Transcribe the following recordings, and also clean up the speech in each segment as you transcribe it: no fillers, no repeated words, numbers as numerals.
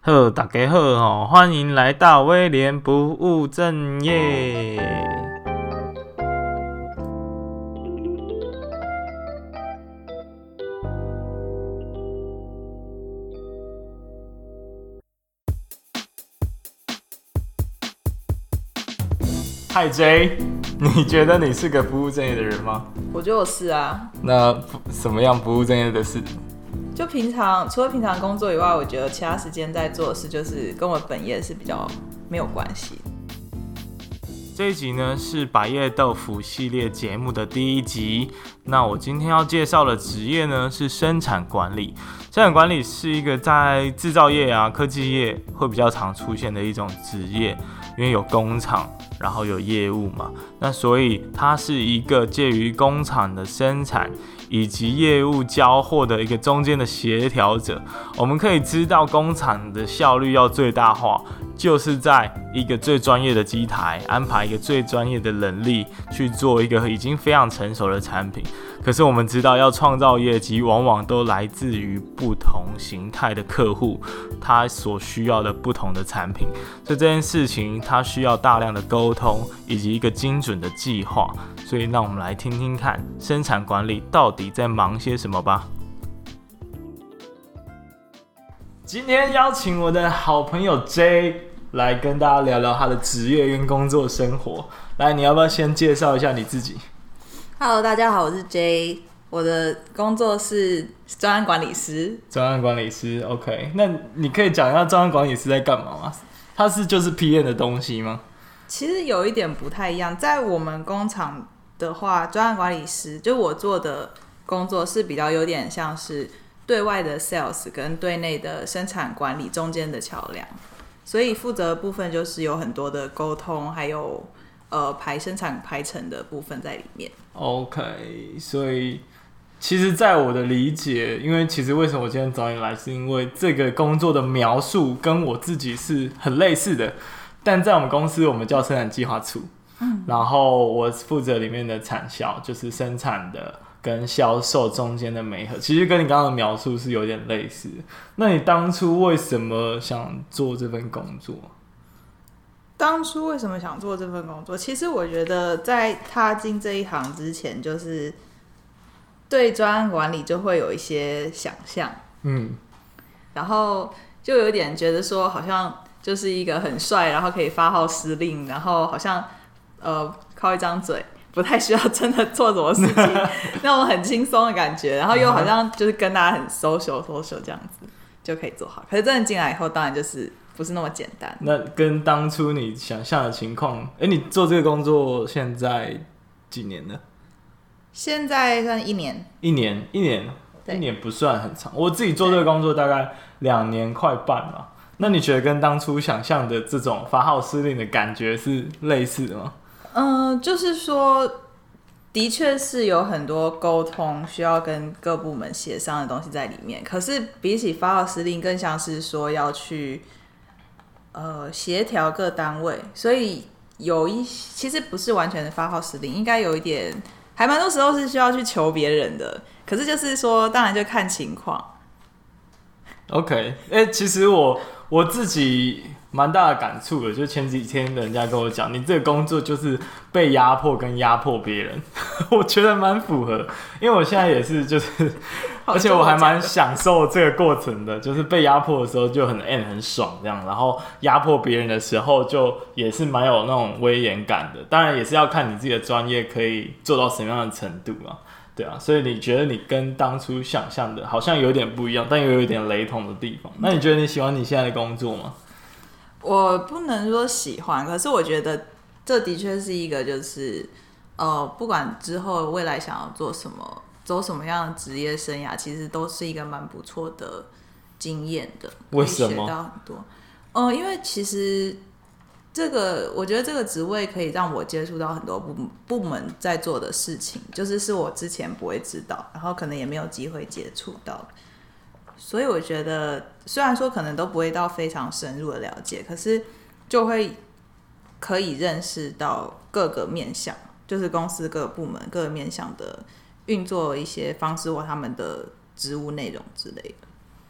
大家好欢迎来到威廉不务正业。嗨 J， 你觉得你是个不务正业的人吗？ 我觉得我是啊。 那什么样不务正业的事？ 就除了平常工作以外，我觉得其他时间在做的事就是跟我本业是比较没有关系。 这一集呢是百叶豆腐系列节目的第一集。那我今天要介绍的职业呢是生产管理。生产管理是一个在制造业啊、科技业会比较常出现的一种职业，因为有工厂，然后有业务嘛，那所以它是一个介于工厂的生产以及业务交货的一个中间的协调者。我们可以知道，工厂的效率要最大化，就是在一个最专业的机台安排一个最专业的人力去做一个已经非常成熟的产品。可是我们知道，要创造业绩，往往都来自于不同形态的客户，他所需要的不同的产品。所以这件事情，它需要大量的沟通以及一个精准的计划。所以让我们来听听看，生产管理到底在忙些什么吧。今天邀请我的好朋友 J 来跟大家聊聊他的职业跟工作生活。来，你要不要先介绍一下你自己？ Hello， 大家好，我是 J， 我的工作是专案管理师。 专案管理师 ，OK， 那你可以讲一下专案管理师在干嘛吗？它是就是 PM 的东西吗？ 其实有一点不太一样，在我们工厂的话，专案管理师就我做的工作是比较有点像是对外的 sales 跟对内的生产管理中间的桥梁，所以负责的部分就是有很多的沟通，还有生产排程的部分在里面。 OK， 所以其实在我的理解，因为其实为什么我今天找你来，是因为这个工作的描述跟我自己是很类似的，但在我们公司我们叫生产计划处，然后我负责里面的产销，就是生产的跟销售中间的媒合，其实跟你刚刚的描述是有点类似的。那你当初为什么想做这份工作？ 当初为什么想做这份工作？其实我觉得在踏进这一行之前，就是对专案管理就会有一些想象，然后就有点觉得说，好像就是一个很帅，然后可以发号施令，然后好像靠一张嘴，不太需要真的做什么事情，那种很轻松的感觉，然后又好像就是跟大家很 social 这样子就可以做好。可是真的进来以后，当然就是不是那么简单。 那跟当初你想象的情况，你做这个工作现在几年了？现在算1年。 一年不算很长。我自己做这个工作大概2年快半吧。那你觉得跟当初想象的这种发号施令的感觉是类似的吗？ 就是说，的确是有很多沟通需要跟各部门协商的东西在里面。可是比起发号施令，更像是说要去协调各单位，所以其实不是完全的发号施令，应该有一点，还蛮多时候是需要去求别人的。可是就是说，当然就看情况。 OK， 其实我自己蛮大的感触的，就前几天人家跟我讲，你这个工作就是被压迫跟压迫别人，我觉得蛮符合，因为我现在也是而且我还蛮享受这个过程的，就是被压迫的时候就很爽这样，然后压迫别人的时候就也是蛮有那种威严感的，当然也是要看你自己的专业可以做到什么样的程度啊。对啊，所以你觉得你跟当初想象的好像有点不一样，但又有一点雷同的地方。那你觉得你喜欢你现在的工作吗？ 我不能说喜欢，可是我觉得这的确是一个就是不管之后未来想要做什么，走什么样的职业生涯，其实都是一个蛮不错的经验的。 为什么？ 可以学到很多。因为其实我觉得这个职位可以让我接触到很多部门在做的事情，是我之前不会知道，然后可能也没有机会接触到。所以我觉得，虽然说可能都不会到非常深入的了解，可是就会可以认识到各个面向，就是公司各个部门各个面向的运作一些方式或他们的职务内容之类的。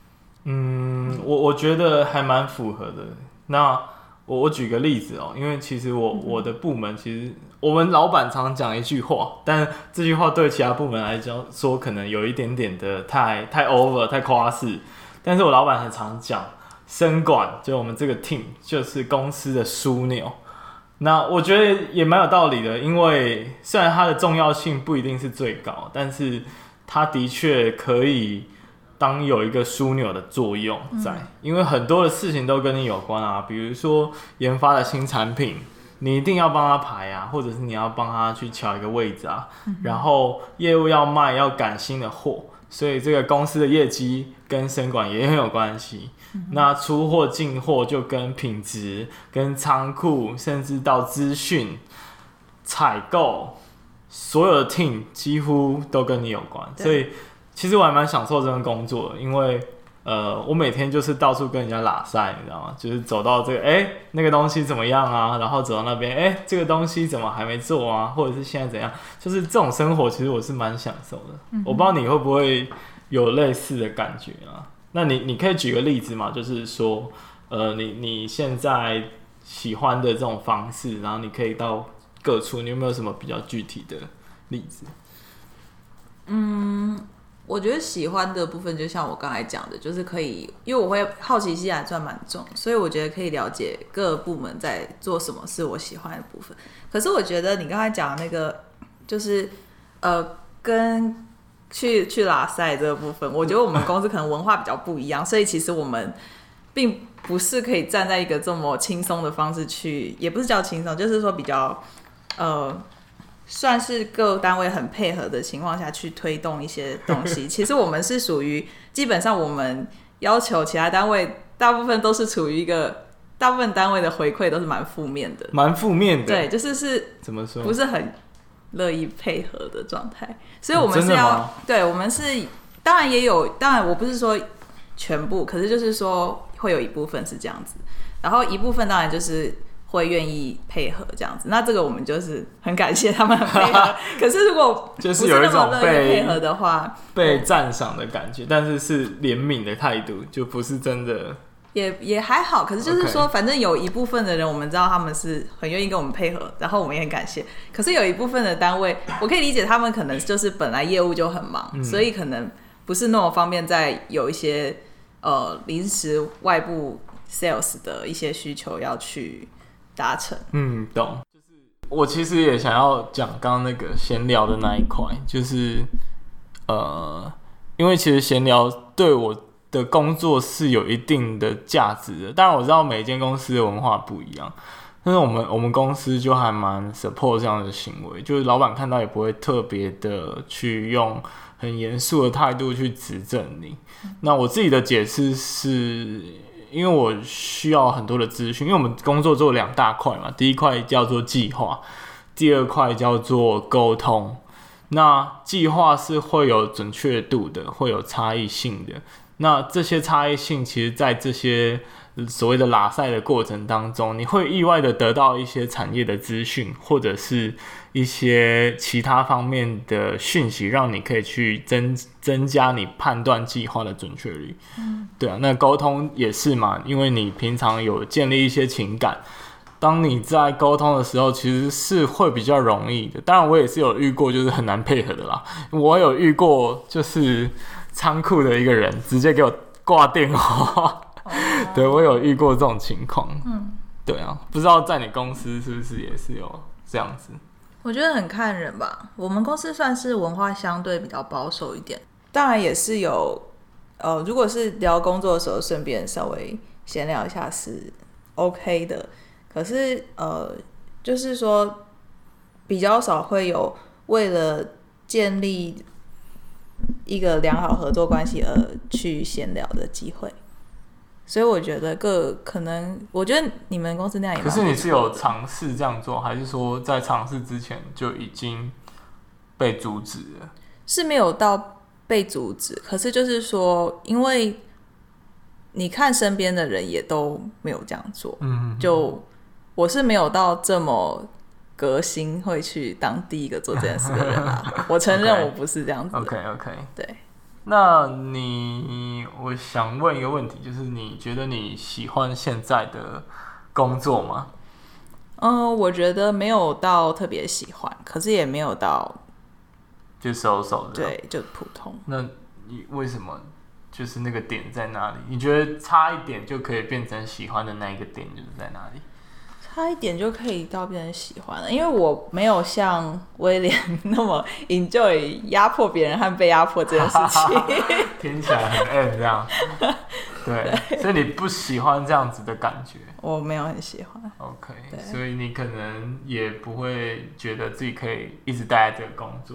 我觉得还蛮符合的。那我举个例子哦，因为其实我的部门，其实我们老板常讲一句话，但这句话对其他部门来说可能有一点点的太 over 太夸饰，但是我老板很常讲，生管就我们这个 team 就是公司的枢纽。那我觉得也蛮有道理的，因为虽然它的重要性不一定是最高，但是它的确可以当有一个枢纽的作用在，因为很多的事情都跟你有关啊，比如说研发的新产品，你一定要帮他排啊，或者是你要帮他去抢一个位置啊，然后业务要卖，要赶新的货，所以这个公司的业绩跟生管也很有关系。那出货进货就跟品质、跟仓库，甚至到资讯、采购，所有的 team 几乎都跟你有关，所以其实我还蛮享受这份工作的，因为我每天就是到处跟人家拉赛，你知道吗？就是走到这个那个东西怎么样啊，然后走到那边这个东西怎么还没做啊，或者是现在怎样，就是这种生活其实我是蛮享受的。我不知道你会不会有类似的感觉啊？那你可以举个例子嘛，就是说你现在喜欢的这种方式，然后你可以到各处，你有没有什么比较具体的例子？ 我觉得喜欢的部分就像我刚才讲的，就是可以，因为我会好奇心还算蛮重，所以我觉得可以了解各个部门在做什么是我喜欢的部分。可是我觉得你刚才讲的那个就是跟去拉赛这个部分，我觉得我们公司可能文化比较不一样，所以其实我们并不是可以站在一个这么轻松的方式去，也不是叫轻松，就是说比较算是各单位很配合的情况下去推动一些东西。其实我们是属于基本上我们要求其他单位大部分都是处于一个大部分单位的回馈都是蛮负面的， 蛮负面的， 对，就是怎么说， 不是很乐意配合的状态。所以我们是要，对，我们是当然也有，当然我不是说全部，可是就是说会有一部分是这样子，然后一部分当然就是会愿意配合这样子，那这个我们就是很感谢他们很配合。可是如果不是那么乐意配合的话， 被赞赏的感觉，但是是怜悯的态度，就不是真的。 也还好，可是就是说，反正有一部分的人，我们知道他们是很愿意跟我们配合，然后我们也很感谢。可是有一部分的单位，我可以理解他们可能就是本来业务就很忙，所以可能不是那么方便，在有一些临时外部 sales 的一些需求要去达成。 懂。就是我其实也想要讲刚刚那个闲聊的那一块，就是因为其实闲聊对我的工作是有一定的价值的，当然我知道每一间公司的文化不一样，但是我们公司就还蛮 support 这样的行为，就是老板看到也不会特别的去用很严肃的态度去指正你。那我自己的解释是，因为我需要很多的资讯，因为我们工作做2大块嘛，第一块叫做计划，第二块叫做沟通。那计划是会有准确度的，会有差异性的。那这些差异性，其实在这些所谓的拉赛的过程当中，你会意外的得到一些产业的资讯，或者是一些其他方面的讯息，让你可以去增加你判断计划的准确率。对啊，那沟通也是嘛，因为你平常有建立一些情感，当你在沟通的时候，其实是会比较容易的。当然，我也是有遇过就是很难配合的啦。我有遇过就是仓库的一个人直接给我挂电话，对，我有遇过这种情况。对啊，不知道在你公司是不是也是有这样子？ 我觉得很看人吧。我们公司算是文化相对比较保守一点，当然也是有如果是聊工作的时候顺便稍微闲聊一下是 OK 的。可是就是说比较少会有为了建立一个良好合作关系而去闲聊的机会，所以我觉得可能，我觉得你们公司那样也蛮不错的。 可是你是有尝试这样做，还是说在尝试之前就已经被阻止了？ 是没有到被阻止，可是就是说，因为你看身边的人也都没有这样做，就我是没有到这么革新会去当第一个做这件事的人啦。我承认我不是这样子的。 OK， 对。 那我想问一个问题，就是你觉得你喜欢现在的工作吗？ 我觉得没有到特别喜欢，可是也没有到就收的， 对，就普通。 那你为什么就是那个点在哪里？你觉得差一点就可以变成喜欢的那一个点就是在哪里？ 差一点就可以到变成喜欢了，因为我没有像威廉那么 enjoy 压迫别人和被压迫这件事情。 听起来很 M 这样。对，所以你不喜欢这样子的感觉。 我没有很喜欢。 OK， 所以你可能也不会觉得自己可以一直待在这个工作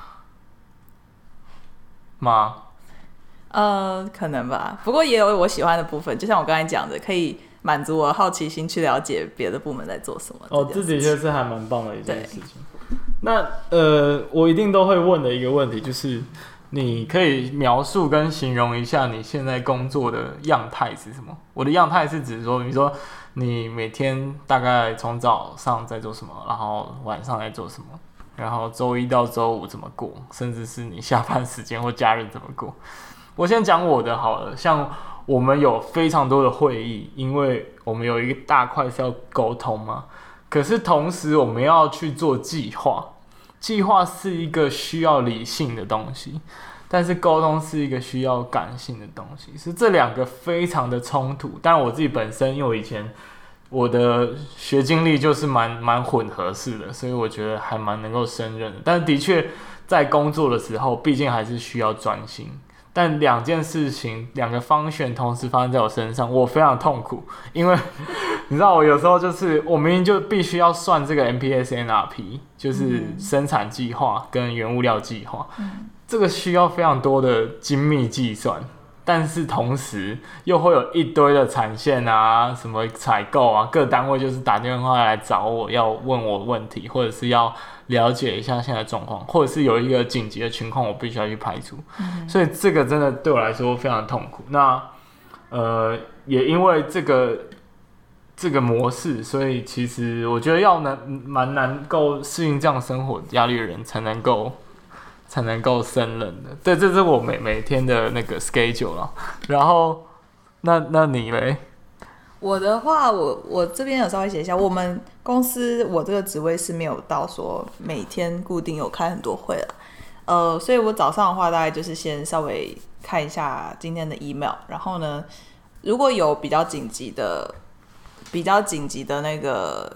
吗？ 可能吧。不过也有我喜欢的部分，就像我刚才讲的，可以满足我的好奇心，去了解别的部门在做什么。 这的确是还蛮棒的一件事情。那我一定都会问的一个问题就是，你可以描述跟形容一下你现在工作的样态是什么？我的样态是指说，比如说你每天大概从早上在做什么，然后晚上在做什么，然后周一到周五怎么过，甚至是你下班时间或假日怎么过。我先讲我的好了，像我们有非常多的会议，因为我们有一个大块是要沟通嘛。可是同时我们要去做计划，计划是一个需要理性的东西，但是沟通是一个需要感性的东西，是这两个非常的冲突。但我自己本身，因为我以前我的学经历就是蛮混合式的，所以我觉得还蛮能够胜任的。但的确在工作的时候，毕竟还是需要专心。但两件事情，两个function同时发生在我身上，我非常痛苦，因为你知道我有时候就是我明明就必须要算这个 MPS NRP， 就是生产计划跟原物料计划，这个需要非常多的精密计算，但是同时又会有一堆的产线啊、什么采购啊，各单位就是打电话来找我，要问我问题，或者是要了解一下现在的状况，或者是有一个紧急的情况，我必须要去排除。所以这个真的对我来说非常痛苦。那也因为这个模式，所以其实我觉得要蛮难够适应这样生活压力的人才能够胜任的。对，这是我每天的那个 schedule 啦。然后那你嘞？ 我的话，我这边有稍微写一下，我们公司我这个职位是没有到说每天固定有开很多会了，所以我早上的话大概就是先稍微看一下今天的 email， 然后呢，如果有比较紧急的那个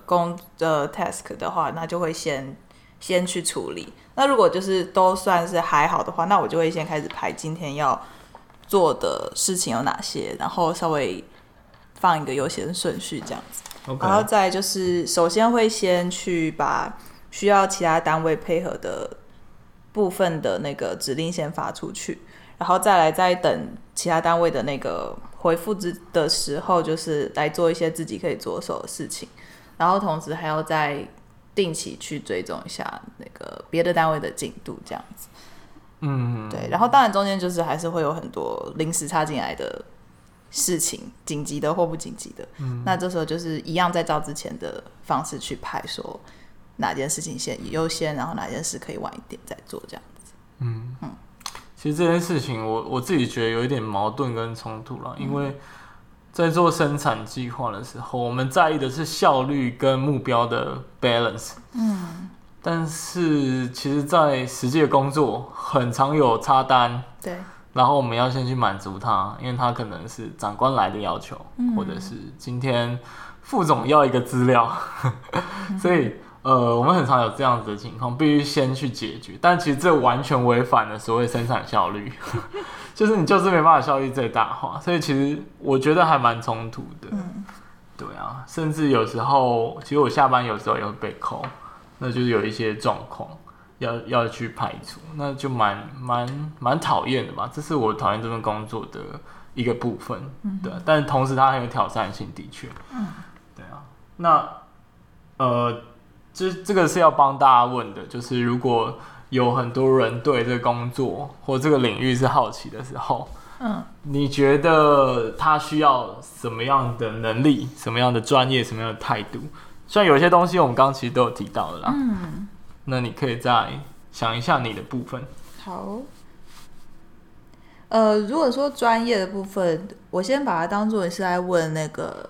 task 的话，那就会先去处理。那如果就是都算是还好的话，那我就会先开始排今天要做的事情有哪些，然后稍微放一个优先顺序这样子。 Okay. 然后再就是首先会先去把需要其他单位配合的部分的那个指令先发出去，然后再来再等其他单位的那个回复的时候，就是来做一些自己可以着手的事情，然后同时还要再定期去追踪一下那个别的单位的进度这样子。对，然后当然中间就是还是会有很多临时插进来的事情，紧急的或不紧急的，那这时候就是一样再照之前的方式去排，说哪件事情先优先，然后哪件事可以晚一点再做这样子。 其实这件事情我自己觉得有一点矛盾跟冲突啦，因为在做生产计划的时候，我们在意的是效率跟目标的 balance，但是其实在实际的工作很常有插单， 对， 然后我们要先去满足他，因为他可能是长官来的要求，或者是今天副总要一个资料，所以我们很常有这样子的情况，必须先去解决。但其实这完全违反了所谓生产效率，就是你就是没办法效率最大化，所以其实我觉得还蛮冲突的。对啊，甚至有时候，其实我下班有时候也会被扣，那就是有一些状况。要去排除，那就蛮讨厌的吧。这是我讨厌这份工作的一个部分，对。但同时它很有挑战性，的确，对啊。那这个是要帮大家问的，就是如果有很多人对这个工作或这个领域是好奇的时候，你觉得他需要什么样的能力、什么样的专业、什么样的态度？虽然有些东西我们刚刚其实都有提到了啦，那你可以再想一下你的部分。 好， 如果说专业的部分，我先把它当作是在问那个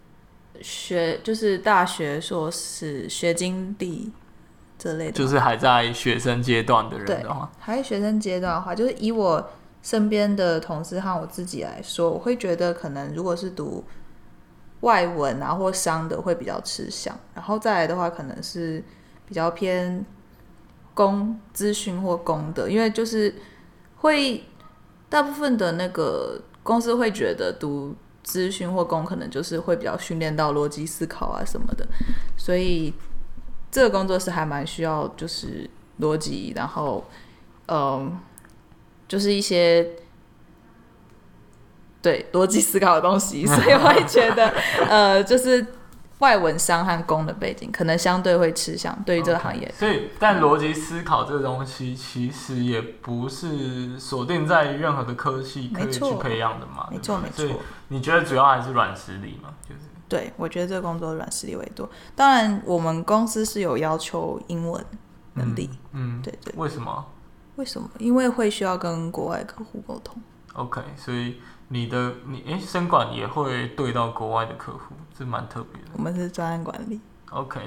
就是大学硕士学经历这类的， 就是还在学生阶段的人的话， 还在学生阶段的话，就是以我身边的同事和我自己来说，我会觉得可能如果是读外文啊或商的会比较吃香，然后再来的话可能是比较偏资讯或工的，因为就是会大部分的那个公司会觉得读资讯或工可能就是会比较训练到逻辑思考啊什么的，所以这个工作是还蛮需要就是逻辑，然后就是一些对逻辑思考的东西，所以我会觉得就是外文商和工的背景可能相对会吃香，对于这个行业。 所以，但逻辑思考这个东西其实也不是锁定在任何的科系可以去培养的嘛。 没错，没错。 所以你觉得主要还是软实力嘛？就是对，我觉得这个工作软实力为多。当然，我们公司是有要求英文能力。对。 为什么？ 因为会需要跟国外客户沟通。 OK， 所以你生管也会对到国外的客户，这蛮特别的。 我们是专案管理。 OK，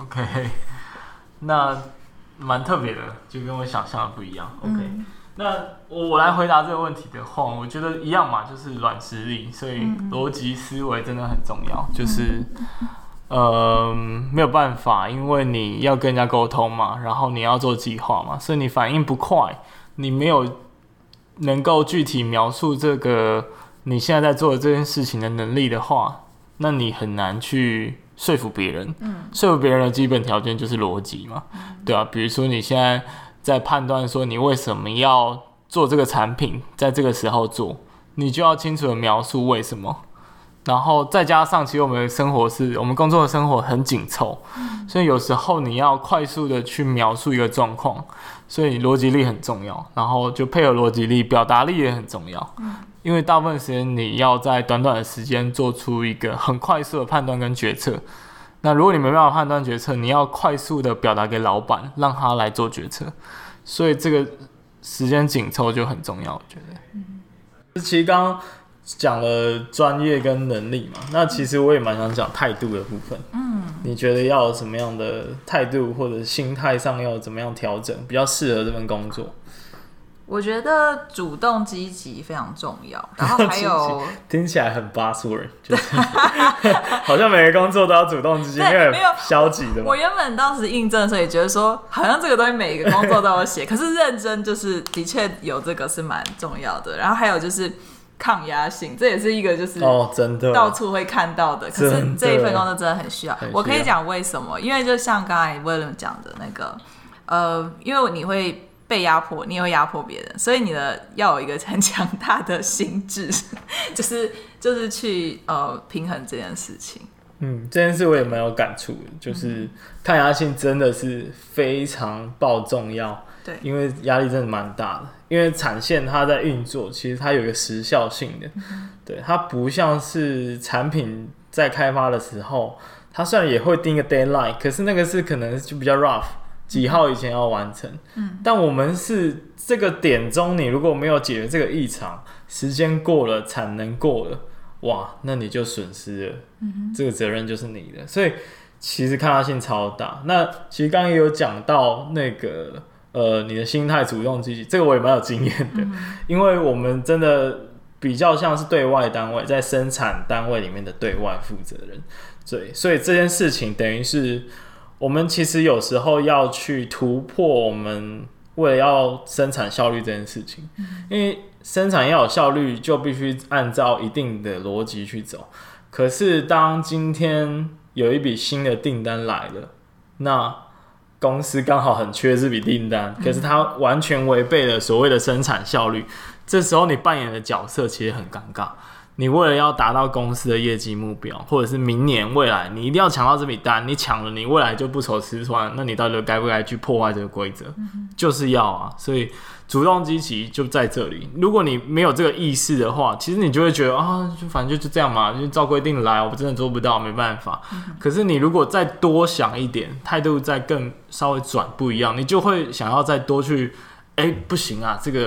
那蛮特别的，就跟我想象的不一样。OK，那我来回答这个问题的话，我觉得一样嘛，就是软实力，所以逻辑思维真的很重要，就是没有办法，因为你要跟人家沟通嘛，然后你要做计划嘛，所以你反应不快，你没有能够具体描述这个你现在在做的这件事情的能力的话，那你很难去说服别人。说服别人的基本条件就是逻辑嘛，对啊，比如说你现在在判断说你为什么要做这个产品，在这个时候做，你就要清楚的描述为什么。然后再加上，其实我们工作的生活很紧凑，所以有时候你要快速的去描述一个状况，所以逻辑力很重要，然后就配合逻辑力，表达力也很重要。因为大部分时间你要在短短的时间做出一个很快速的判断跟决策。那如果你没办法判断决策，你要快速的表达给老板，让他来做决策，所以这个时间紧凑就很重要，我觉得。其实刚刚讲了专业跟能力嘛，那其实我也蛮想讲态度的部分。你觉得要有什么样的态度，或者心态上要怎么样调整，比较适合这份工作？ 我觉得主动积极非常重要，然后还有听起来很巴苏人，就是好像每个工作都要主动积极，没有消极的嘛。 我原本当时应征的时候也觉得说，好像这个东西每一个工作都有写，可是认真就是的确有这个是蛮重要的。然后还有就是抗压性，这也是一个就是真的到处会看到的，可是这一份工作真的很需要。我可以讲为什么，因为就像刚才 William 讲的那个，因为你会被压迫，你也会压迫别人，所以你要有一个很强大的心智，就是去平衡这件事情。 这件事我也蛮有感触的，就是抗压性真的是非常爆重要。对，因为压力真的蛮大的。因为产线它在运作，其实它有一个时效性的，对，它不像是产品在开发的时候，它虽然也会定一个 deadline， 可是那个是可能就比较 rough。几号以前要完成，但我们是这个点中，你如果没有解决这个异常，时间过了，产能过了，哇，那你就损失了，这个责任就是你的，所以其实抗压性超大。那其实刚刚也有讲到那个你的心态主动积极，这个我也蛮有经验的，因为我们真的比较像是对外单位，在生产单位里面的对外负责人，对，所以这件事情等于是。我们其实有时候要去突破我们为了要生产效率这件事情，因为生产要有效率，就必须按照一定的逻辑去走。可是当今天有一笔新的订单来了，那公司刚好很缺这笔订单，可是它完全违背了所谓的生产效率，这时候你扮演的角色其实很尴尬。你为了要达到公司的业绩目标，或者是明年未来你一定要抢到这笔单，你抢了你未来就不愁吃穿，那你到底该不该去破坏这个规则？就是要啊，所以主动积极就在这里。如果你没有这个意识的话，其实你就会觉得啊，就反正就这样嘛，就照规定来，我真的做不到，没办法。可是你如果再多想一点，态度再更稍微转不一样，你就会想要再多去，不行啊，这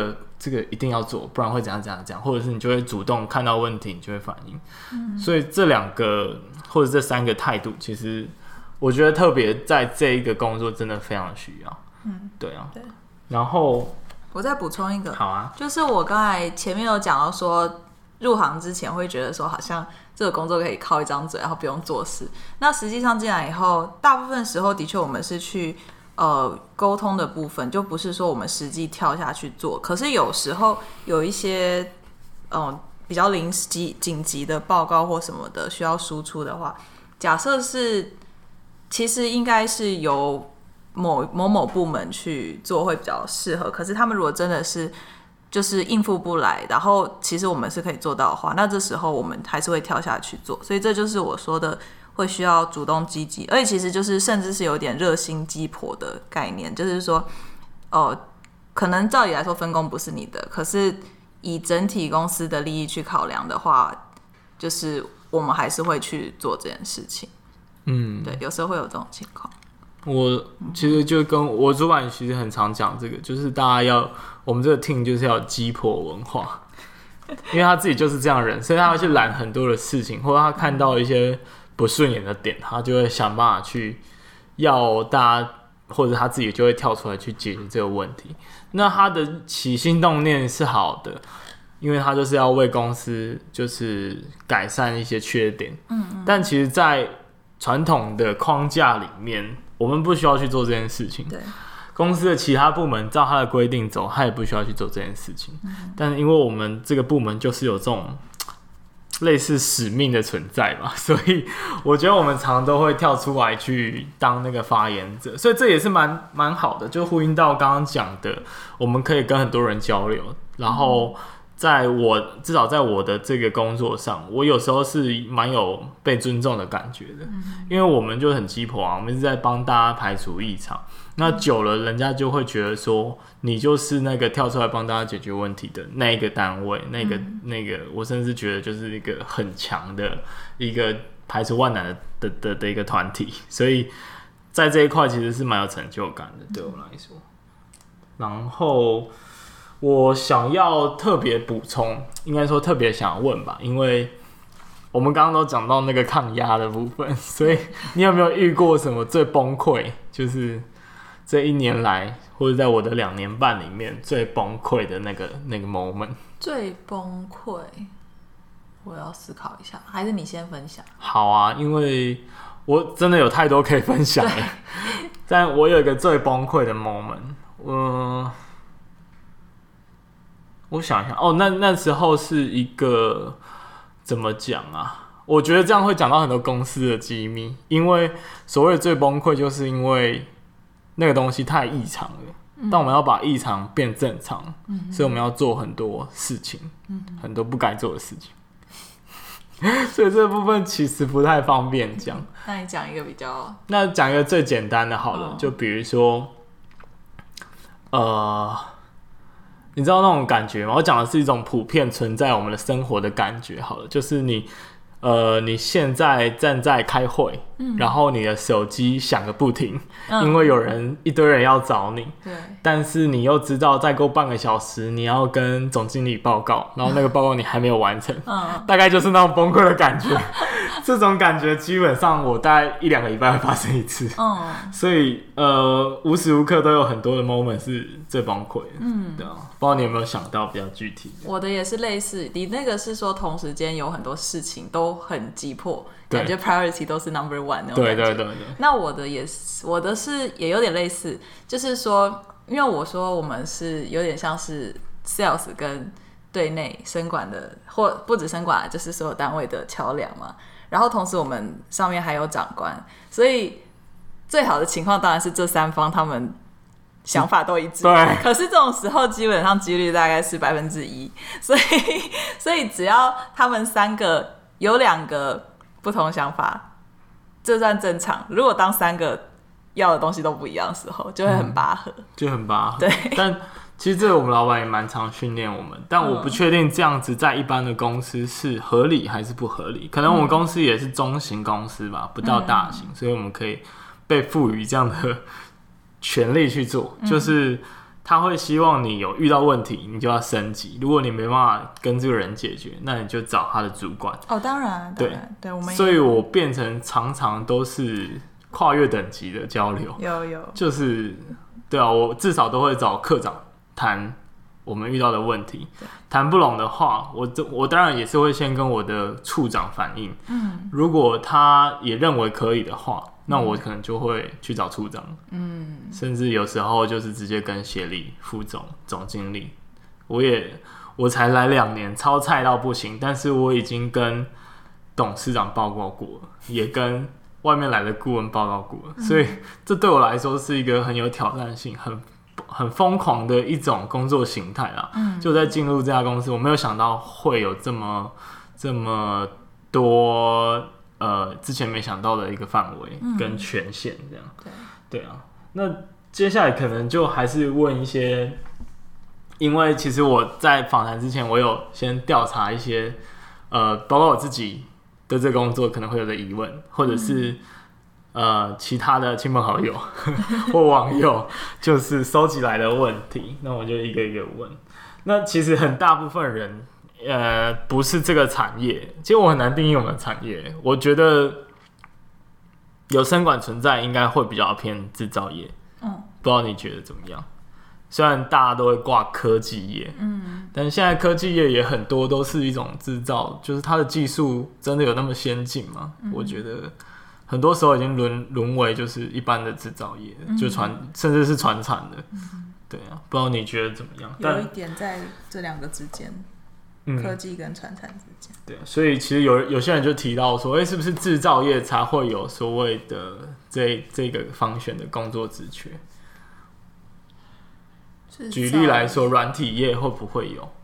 这个一定要做，不然会怎样怎样怎样，或者是你就会主动看到问题，你就会反应。所以这2个或者这3个态度，其实我觉得特别在这一个工作真的非常的需要。对啊。对。然后我再补充一个， 好啊， 就是我刚才前面有讲到说，入行之前会觉得说，好像这个工作可以靠一张嘴，然后不用做事。那实际上进来以后，大部分时候的确我们是去沟通的部分，就不是说我们实际跳下去做。可是有时候有一些比较临时紧急的报告或什么的需要输出的话，假设是其实应该是由某部门去做会比较适合。可是他们如果真的是就是应付不来，然后其实我们是可以做到的话，那这时候我们还是会跳下去做。所以这就是我说的会需要主动积极，而且其实就是甚至是有点热心鸡婆的概念，就是说可能照理来说分工不是你的，可是以整体公司的利益去考量的话，就是我们还是会去做这件事情。对，有时候会有这种情况。 我其实就跟我主管其实很常讲这个，就是我们这个 team 就是要有鸡婆文化，因为他自己就是这样的人，所以他会去揽很多的事情，或者他看到一些不顺眼的点，他就会想办法去要大家，或者他自己就会跳出来去解决这个问题。那他的起心动念是好的，因为他就是要为公司就是改善一些缺点。但其实在传统的框架里面，我们不需要去做这件事情。 对， 公司的其他部门照他的规定走，他也不需要去做这件事情。但是因为我们这个部门就是有这种类似使命的存在嘛，所以我觉得我们常都会跳出来去当那个发言者，所以这也是蛮好的，就呼应到刚刚讲的，我们可以跟很多人交流，然后至少在我的这个工作上，我有时候是蛮有被尊重的感觉的，因为我们就很鸡婆啊，我们是在帮大家排除异常，那久了人家就会觉得说你就是那个跳出来帮大家解决问题的那一个单位，那个我甚至觉得就是一个很强的一个排除万难的一个团体，所以在这一块其实是蛮有成就感的，对我来说。然后我想要特别补充，应该说特别想问吧，因为我们刚刚都讲到那个抗压的部分，所以你有没有遇过什么最崩溃？就是这1年来，或者在我的2年半里面最崩溃的那个 moment。 最崩溃，我要思考一下，还是你先分享？ 好啊，因为我真的有太多可以分享了。但我有一个最崩溃的 moment，我想一下，那时候是一个怎么讲啊？我觉得这样会讲到很多公司的机密，因为所谓的最崩溃，就是因为那个东西太异常了，但我们要把异常变正常，所以我们要做很多事情，很多不该做的事情，所以这部分其实不太方便讲。 那你讲一个那讲一个最简单的好了，就比如说，你知道那种感觉吗？我讲的是一种普遍存在我们的生活的感觉好了，就是你现在正在开会，然后你的手机响个不停，因为一堆人要找你，对，但是你又知道再过半个小时你要跟总经理报告，然后那个报告你还没有完成，大概就是那种崩溃的感觉。这种感觉基本上我大概1-2个礼拜会发生一次，所以无时无刻都有很多的 moment 是最崩溃的，对啊，不知道你有没有想到比较具体的？ 我的也是类似，你那个是说同时间有很多事情都很急迫，感觉 priority 都是 number one 那种感觉。对。那我的是也有点类似，就是说，因为我说我们是有点像是 sales 跟对内生管的，或不止生管，就是所有单位的桥梁嘛。然后同时我们上面还有长官，所以最好的情况当然是这3方他们想法都一致。对。可是这种时候基本上几率大概是1%，所以只要他们3个有2个不同想法，这算正常。如果当3个要的东西都不一样的时候，就会很拔河， 就很拔河。 对。 但其实这个我们老板也蛮常训练我们，但我不确定这样子在一般的公司是合理还是不合理。可能我们公司也是中型公司吧，不到大型，所以我们可以被赋予这样的权利去做，就是他会希望你有遇到问题，你就要升级。如果你没办法跟这个人解决，那你就找他的主管。 哦，当然，对，我们所以我变成常常都是跨越等级的交流。 有， 就是对啊，我至少都会找科长谈我们遇到的问题。谈不拢的话，我当然也是会先跟我的处长反映。如果他也认为可以的话，那我可能就会去找处长，甚至有时候就是直接跟协理、副总、总经理。我才来2年，超菜到不行，但是我已经跟董事长报告过了，也跟外面来的顾问报告过了，所以这对我来说是一个很有挑战性、很疯狂的一种工作形态啦。就在进入这家公司，我没有想到会有这么多。之前没想到的一个范围跟权限，这样，对啊。那接下来可能就还是问一些，因为其实我在访谈之前，我有先调查一些，包括我自己对这个工作可能会有的疑问，或者是其他的亲朋好友或网友就是收集来的问题，那我就一个一个问。那其实很大部分人。不是这个产业，其实我很难定义我们的产业。我觉得有生管存在，应该会比较偏制造业。不知道你觉得怎么样？虽然大家都会挂科技业，但是现在科技业也很多都是一种制造，就是它的技术真的有那么先进吗？我觉得很多时候已经沦为就是一般的制造业，就甚至是传产的。对啊，不知道你觉得怎么样？ 有一点在这两个之间。科技跟传产之间， 对，所以其实有些人就提到说，是不是制造业才会有所谓的这个方选的工作职缺？举例来说，软体业会不会有？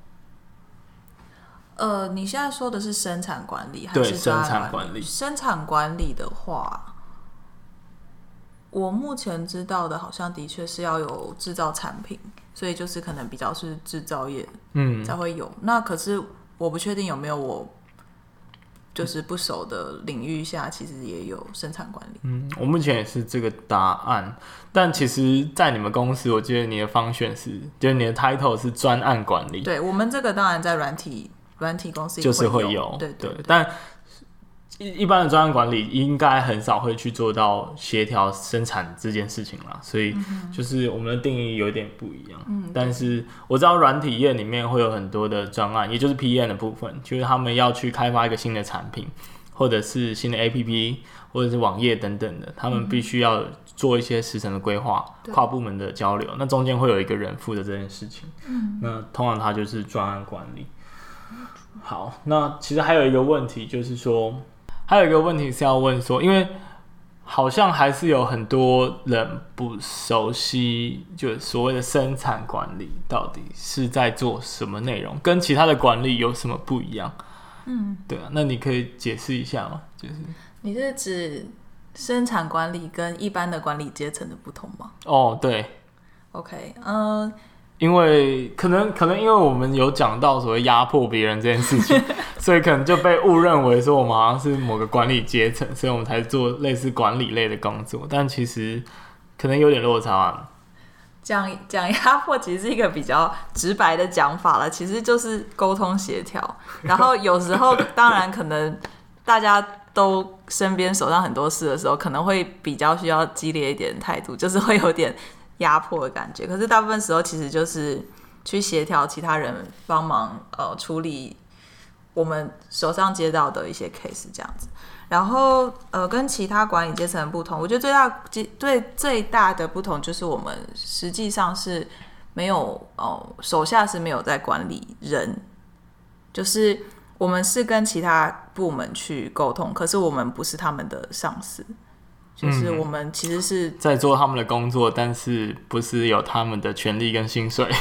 你现在说的是生产管理还是对生产管理？ 生产管理的话，我目前知道的好像的确是要有制造产品。所以就是可能比较是制造业才会有，那可是我不确定有没有我就是不熟的领域下，其实也有生产管理。 我目前也是这个答案，但其实，在你们公司，我记得你的方选是，就是你的 title 是专案管理。 对，我们这个当然在软体公司就是会有， 对， 但一般的专案管理应该很少会去做到协调生产这件事情啦，所以就是我们的定义有点不一样。但是我知道软体业里面会有很多的专案，也就是 PM 的部分，就是他们要去开发一个新的产品，或者是新的 APP， 或者是网页等等的，他们必须要做一些时程的规划，跨部门的交流，那中间会有一个人负责这件事情。那通常他就是专案管理。好，那其实还有一个问题就是说。还有一个问题是要问说，因为好像还是有很多人不熟悉，就所谓的生产管理到底是在做什么内容，跟其他的管理有什么不一样？对啊，那你可以解释一下吗？就是你是指生产管理跟一般的管理阶层的不同吗？ 哦，对 ，OK， 因为可能因为我们有讲到所谓压迫别人这件事情，所以可能就被误认为说我们好像是某个管理阶层，所以我们才做类似管理类的工作，但其实可能有点落差。 讲压迫其实是一个比较直白的讲法了，其实就是沟通协调。然后有时候当然可能大家都身边手上很多事的时候，可能会比较需要激烈一点的态度，就是会有点压迫的感觉。可是大部分时候其实就是去协调其他人帮忙处理我们手上接到的一些 case 这样子。然后跟其他管理阶层的不同，我觉得最大的不同就是我们实际上是没有手下是没有在管理人，就是我们是跟其他部门去沟通，可是我们不是他们的上司，就是我们其实是在做他们的工作，但是不是有他们的权利跟薪水。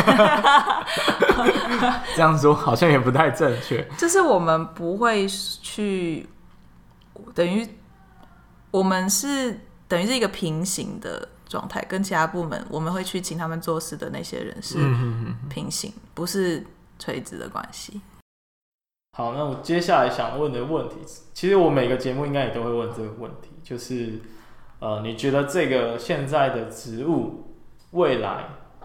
这样说好像也不太正确。 就是我们不会去等于我们是等于是一个平行的状态，跟其他部门我们会去请他们做事的那些人是平行，不是垂直的关系。 好，那我接下来想问的问题，其实我每个节目应该也都会问这个问题，就是你觉得这个现在的职务未来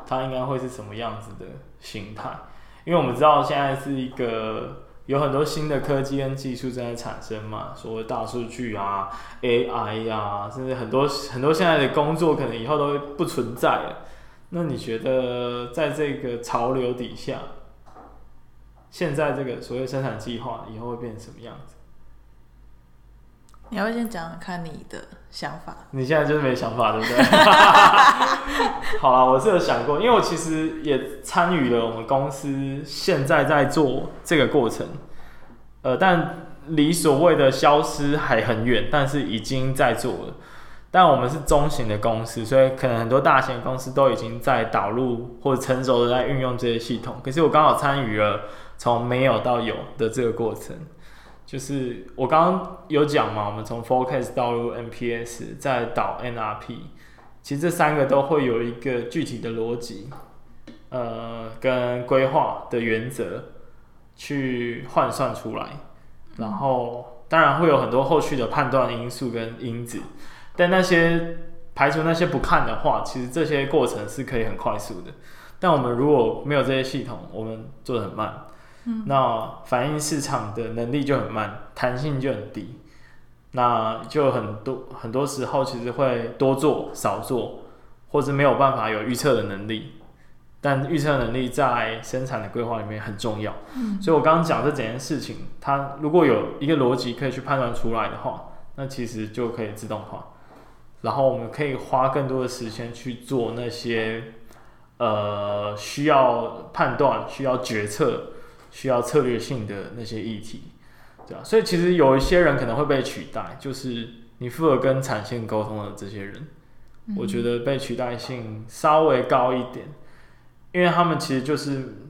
它应该会是什么样子的形态？因为我们知道现在是一个有很多新的科技跟技术正在产生嘛，所谓大数据啊、AI 啊，甚至很多现在的工作可能以后都会不存在了。那你觉得在这个潮流底下，现在这个所谓生产计划以后会变成什么样子？ 你要不要先讲讲看你的想法？ 你现在就是没想法，对不对？好啦，我是有想过，因为我其实也参与了我们公司现在在做这个过程，但离所谓的消失还很远，但是已经在做了。但我们是中型的公司，所以可能很多大型的公司都已经在导入或者成熟的在运用这些系统。可是我刚好参与了从没有到有的这个过程。就是我刚刚有讲嘛，我们从 Forecast 导入 MPS 再导 NRP， 其实这三个都会有一个具体的逻辑，跟规划的原则去换算出来，然后当然会有很多后续的判断因素跟因子，但那些排除那些不看的话，其实这些过程是可以很快速的。但我们如果没有这些系统，我们做得很慢。那反映市场的能力就很慢，弹性就很低，那就很多时候其实会多做少做，或者没有办法有预测的能力。但预测能力在生产的规划里面很重要，所以我刚刚讲这整件事情，它如果有一个逻辑可以去判断出来的话，那其实就可以自动化，然后我们可以花更多的时间去做那些需要判断、需要决策、需要策略性的那些议题，对啊，所以其实有一些人可能会被取代，就是你负责跟产线沟通的这些人，我觉得被取代性稍微高一点，因为他们其实就是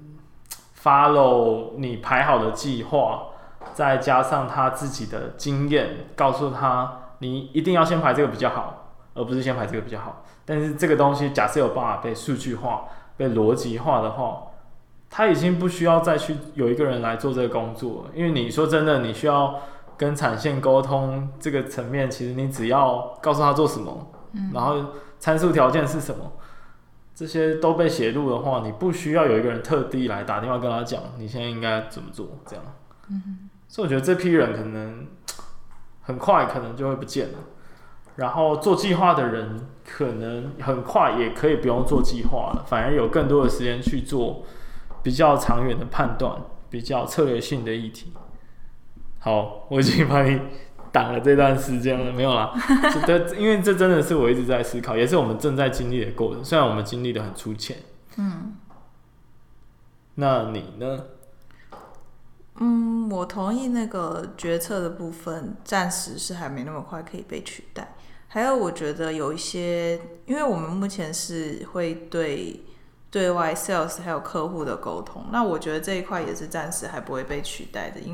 follow 你排好的计划，再加上他自己的经验，告诉他你一定要先排这个比较好，而不是先排这个比较好。但是这个东西假设有办法被数据化、被逻辑化的话，他已经不需要再去有一个人来做这个工作了，因为你说真的，你需要跟产线沟通这个层面，其实你只要告诉他做什么，然后参数条件是什么，这些都被写入的话，你不需要有一个人特地来打电话跟他讲你现在应该怎么做，这样。所以我觉得这批人可能很快可能就会不见了，然后做计划的人可能很快也可以不用做计划了，反而有更多的时间去做比较长远的判断，比较策略性的议题。好，我已经帮你挡了这段时间了，没有啦。因为这真的是我一直在思考，也是我们正在经历的过程。虽然我们经历的很粗浅。那你呢？ 我同意那个决策的部分，暂时是还没那么快可以被取代。还有，我觉得有一些，因为我们目前是会对外 sales 还有客户的沟通，那我觉得这一块也是暂时还不会被取代的，因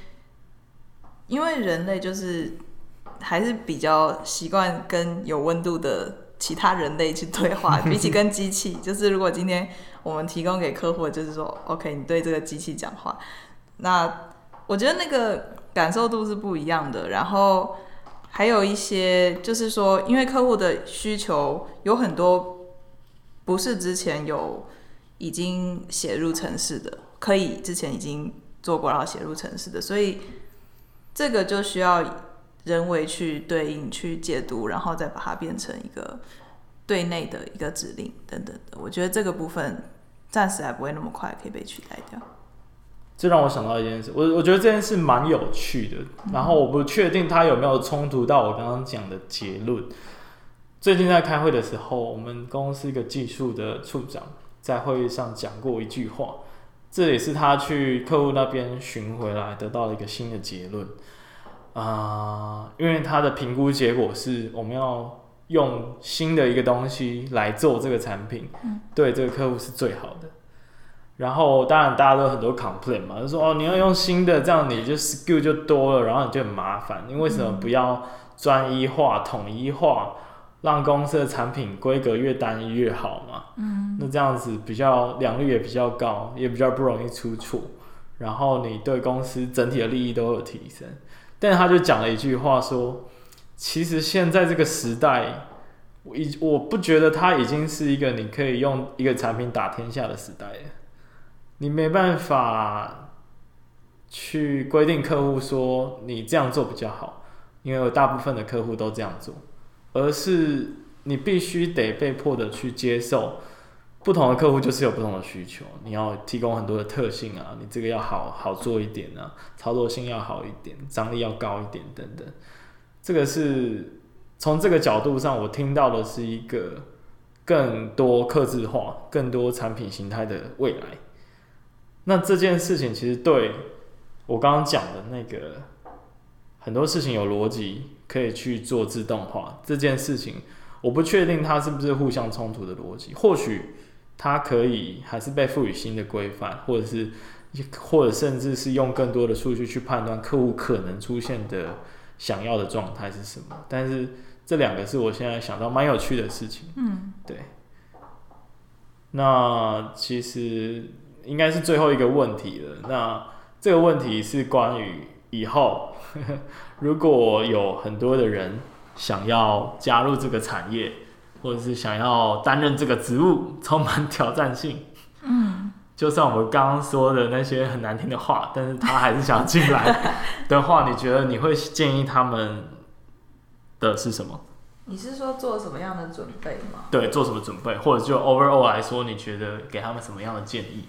为人类就是还是比较习惯跟有温度的其他人类去对话，比起跟机器，就是如果今天我们提供给客户的就是说 OK 你对这个机器讲话，那我觉得那个感受度是不一样的。然后还有一些就是说，因为客户的需求有很多不是之前已经写入程式的，可以之前已经做过然后写入程式的，所以这个就需要人为去对应、去解读，然后再把它变成一个对内的一个指令等等的。我觉得这个部分暂时还不会那么快可以被取代掉。 这让我想到一件事，我觉得这件事蛮有趣的，然后我不确定它有没有冲突到我刚刚讲的结论。最近在开会的时候，我们公司一个技术的处长在会议上讲过一句话，这也是他去客户那边寻回来得到了一个新的结论。因为他的评估结果是我们要用新的一个东西来做这个产品，对这个客户是最好的。然后当然大家都有很多 complain 嘛，就说你要用新的，这样你就 skill 就多了，然后你就很麻烦。你为什么不要专一化、统一化，让公司的产品规格越单一越好嘛？那这样子比较良率也比较高，也比较不容易出错，然后你对公司整体的利益都有提升。但是他就讲了一句话说，其实现在这个时代， 我不觉得它已经是一个你可以用一个产品打天下的时代了。你没办法去规定客户说你这样做比较好，因为有大部分的客户都这样做，而是你必须得被迫的去接受，不同的客户就是有不同的需求，你要提供很多的特性啊，你这个要好做一点啊，操作性要好一点，张力要高一点等等。这个是从这个角度上，我听到的是一个更多客制化、更多产品形态的未来。那这件事情其实对我刚刚讲的那个很多事情有逻辑，可以去做自动化这件事情，我不确定它是不是互相冲突的逻辑。或许它可以还是被赋予新的规范，或者甚至是用更多的数据去判断客户可能出现的想要的状态是什么。但是这两个是我现在想到蛮有趣的事情。对。那其实应该是最后一个问题了。那这个问题是关于以后如果有很多的人想要加入这个产业，或者是想要担任这个职务，充满挑战性。就算我们刚刚说的那些很难听的话，但是他还是想进来的话，你觉得你会建议他们的是什么？ 你是说做什么样的准备吗？ 对，做什么准备，或者就 overall 来说，你觉得给他们什么样的建议？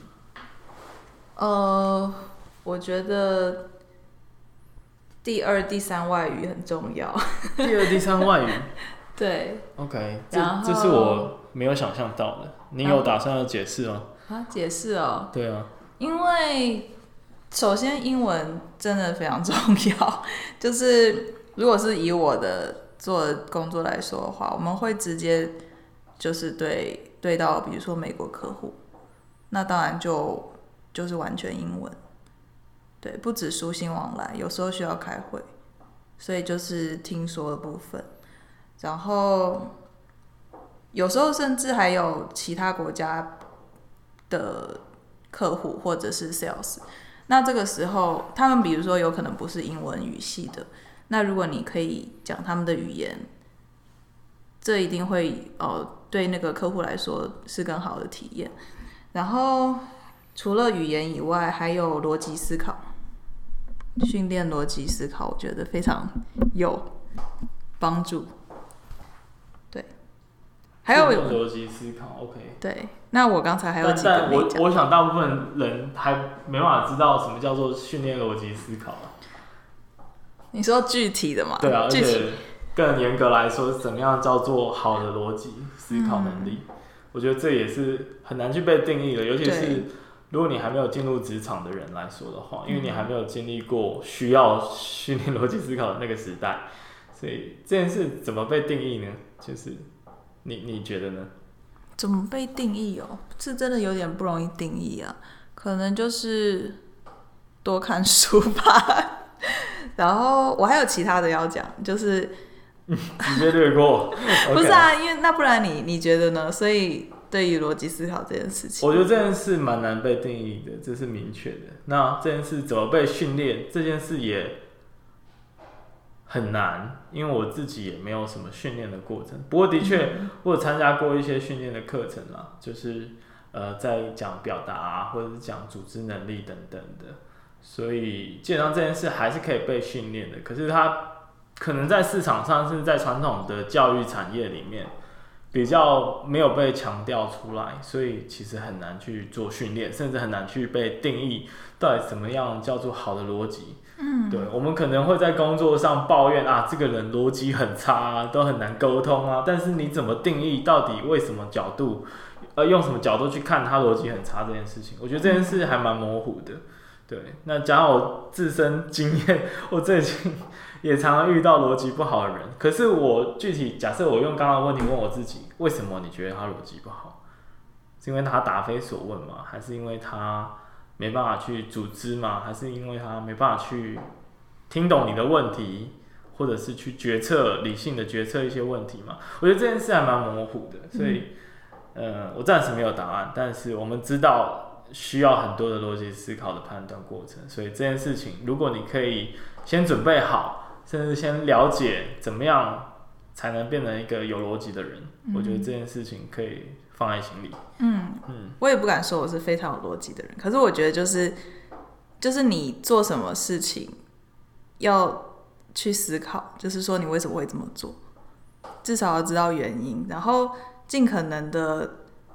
我觉得第二、第三外语很重要。 第二、第三外语， 对 ，OK， 这是我没有想象到的。你有打算要解释吗？ 解释哦。 对啊， 因为首先英文真的非常重要，就是如果是以我的做的工作来说的话，我们会直接就是对到比如说美国客户，那当然就是完全英文。对，不止书信往来，有时候需要开会，所以就是听说的部分。然后有时候甚至还有其他国家的客户或者是 sales， 那这个时候他们比如说有可能不是英文语系的，那如果你可以讲他们的语言，这一定会对那个客户来说是更好的体验。然后除了语言以外，还有逻辑思考，训练逻辑思考，我觉得非常有帮助。对，还有逻辑思考 ，OK。 对，那我刚才还有几个没讲。 我想大部分人还没办法知道什么叫做训练逻辑思考。 你说具体的嘛？ 对啊，而且更严格来说，怎么样叫做好的逻辑思考能力？我觉得这也是很难去被定义的，尤其是如果你还没有进入职场的人来说的话，因为你还没有经历过需要训练逻辑思考的那个时代，所以这件事怎么被定义呢？就是你觉得呢？ 怎么被定义哦？是真的有点不容易定义啊，可能就是多看书吧。然后我还有其他的要讲，就是直接略过。 不是啊，因为那不然你觉得呢？所以对于逻辑思考这件事情， 我觉得这件事蛮难被定义的，这是明确的。那这件事怎么被训练？这件事也很难，因为我自己也没有什么训练的过程。不过的确，我有参加过一些训练的课程啦，就是在讲表达啊，或者是讲组织能力等等的。所以基本上这件事还是可以被训练的，可是它可能在市场上，甚至在传统的教育产业里面比较没有被强调出来，所以其实很难去做训练，甚至很难去被定义到底怎么样叫做好的逻辑。对，我们可能会在工作上抱怨啊，这个人逻辑很差啊，都很难沟通啊，但是你怎么定义到底为什么角度，用什么角度去看他逻辑很差这件事情，我觉得这件事还蛮模糊的。对，那加上我自身经验，我最近也常常遇到逻辑不好的人。可是我具体假设我用刚刚的问题问我自己，为什么你觉得他逻辑不好？是因为他答非所问吗？还是因为他没办法去组织吗？还是因为他没办法去听懂你的问题，或者是去理性的决策一些问题吗？我觉得这件事还蛮模糊的，所以我暂时没有答案，但是我们知道需要很多的逻辑思考的判断过程，所以这件事情，如果你可以先准备好，甚至先了解怎么样才能变成一个有逻辑的人。我觉得这件事情可以放在心里。 我也不敢说我是非常有逻辑的人，可是我觉得就是你做什么事情要去思考，就是说你为什么会这么做，至少要知道原因，然后尽可能的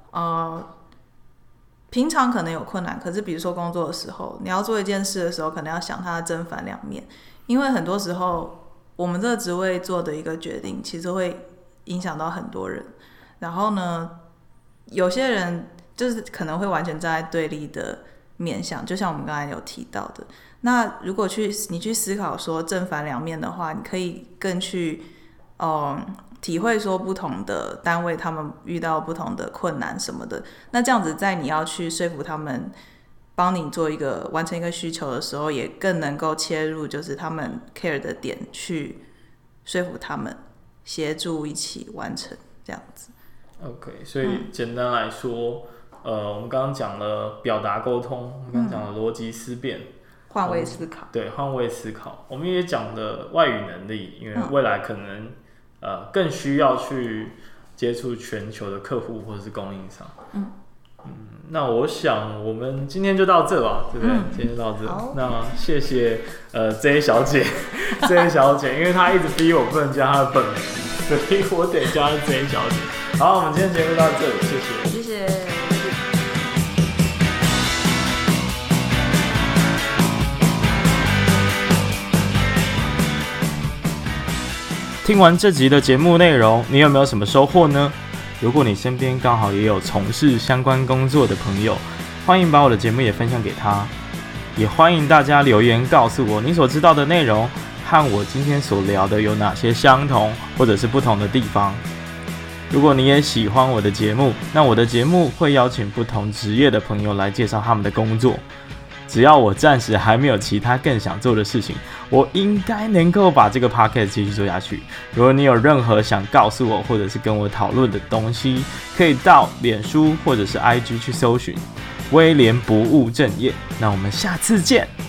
平常可能有困难，可是比如说工作的时候，你要做一件事的时候，可能要想它的正反两面，因为很多时候我们这个职位做的一个决定，其实会影响到很多人。然后呢，有些人就是可能会完全站在对立的面向，就像我们刚才有提到的。那如果你去思考说正反两面的话，你可以更去体会说不同的单位他们遇到不同的困难什么的，那这样子在你要去说服他们帮你做完成一个需求的时候，也更能够切入就是他们 care 的点去说服他们协助一起完成这样子。 OK， 所以简单来说，我们刚刚讲了表达沟通，我们刚刚讲了逻辑思辨， 换位思考， 对，换位思考。我们也讲了外语能力，因为未来可能更需要去接触全球的客户或者是供应商。那我想我们今天就到这吧，对不对？今天就到这。那谢谢J 小姐，J 小姐，因为她一直逼我不能加她的本名，所以我得加 J 小姐。好，我们今天节目到这里，谢谢。 谢谢。 听完这集的节目内容，你有没有什么收获呢？如果你身边刚好也有从事相关工作的朋友，欢迎把我的节目也分享给他。也欢迎大家留言告诉我你所知道的内容和我今天所聊的有哪些相同或者是不同的地方。如果你也喜欢我的节目，那我的节目会邀请不同职业的朋友来介绍他们的工作。只要我暂时还没有其他更想做的事情，我应该能够把这个 podcast 继续做下去。如果你有任何想告诉我或者是跟我讨论的东西，可以到脸书或者是 IG 去搜寻威廉不务正业。那我们下次见。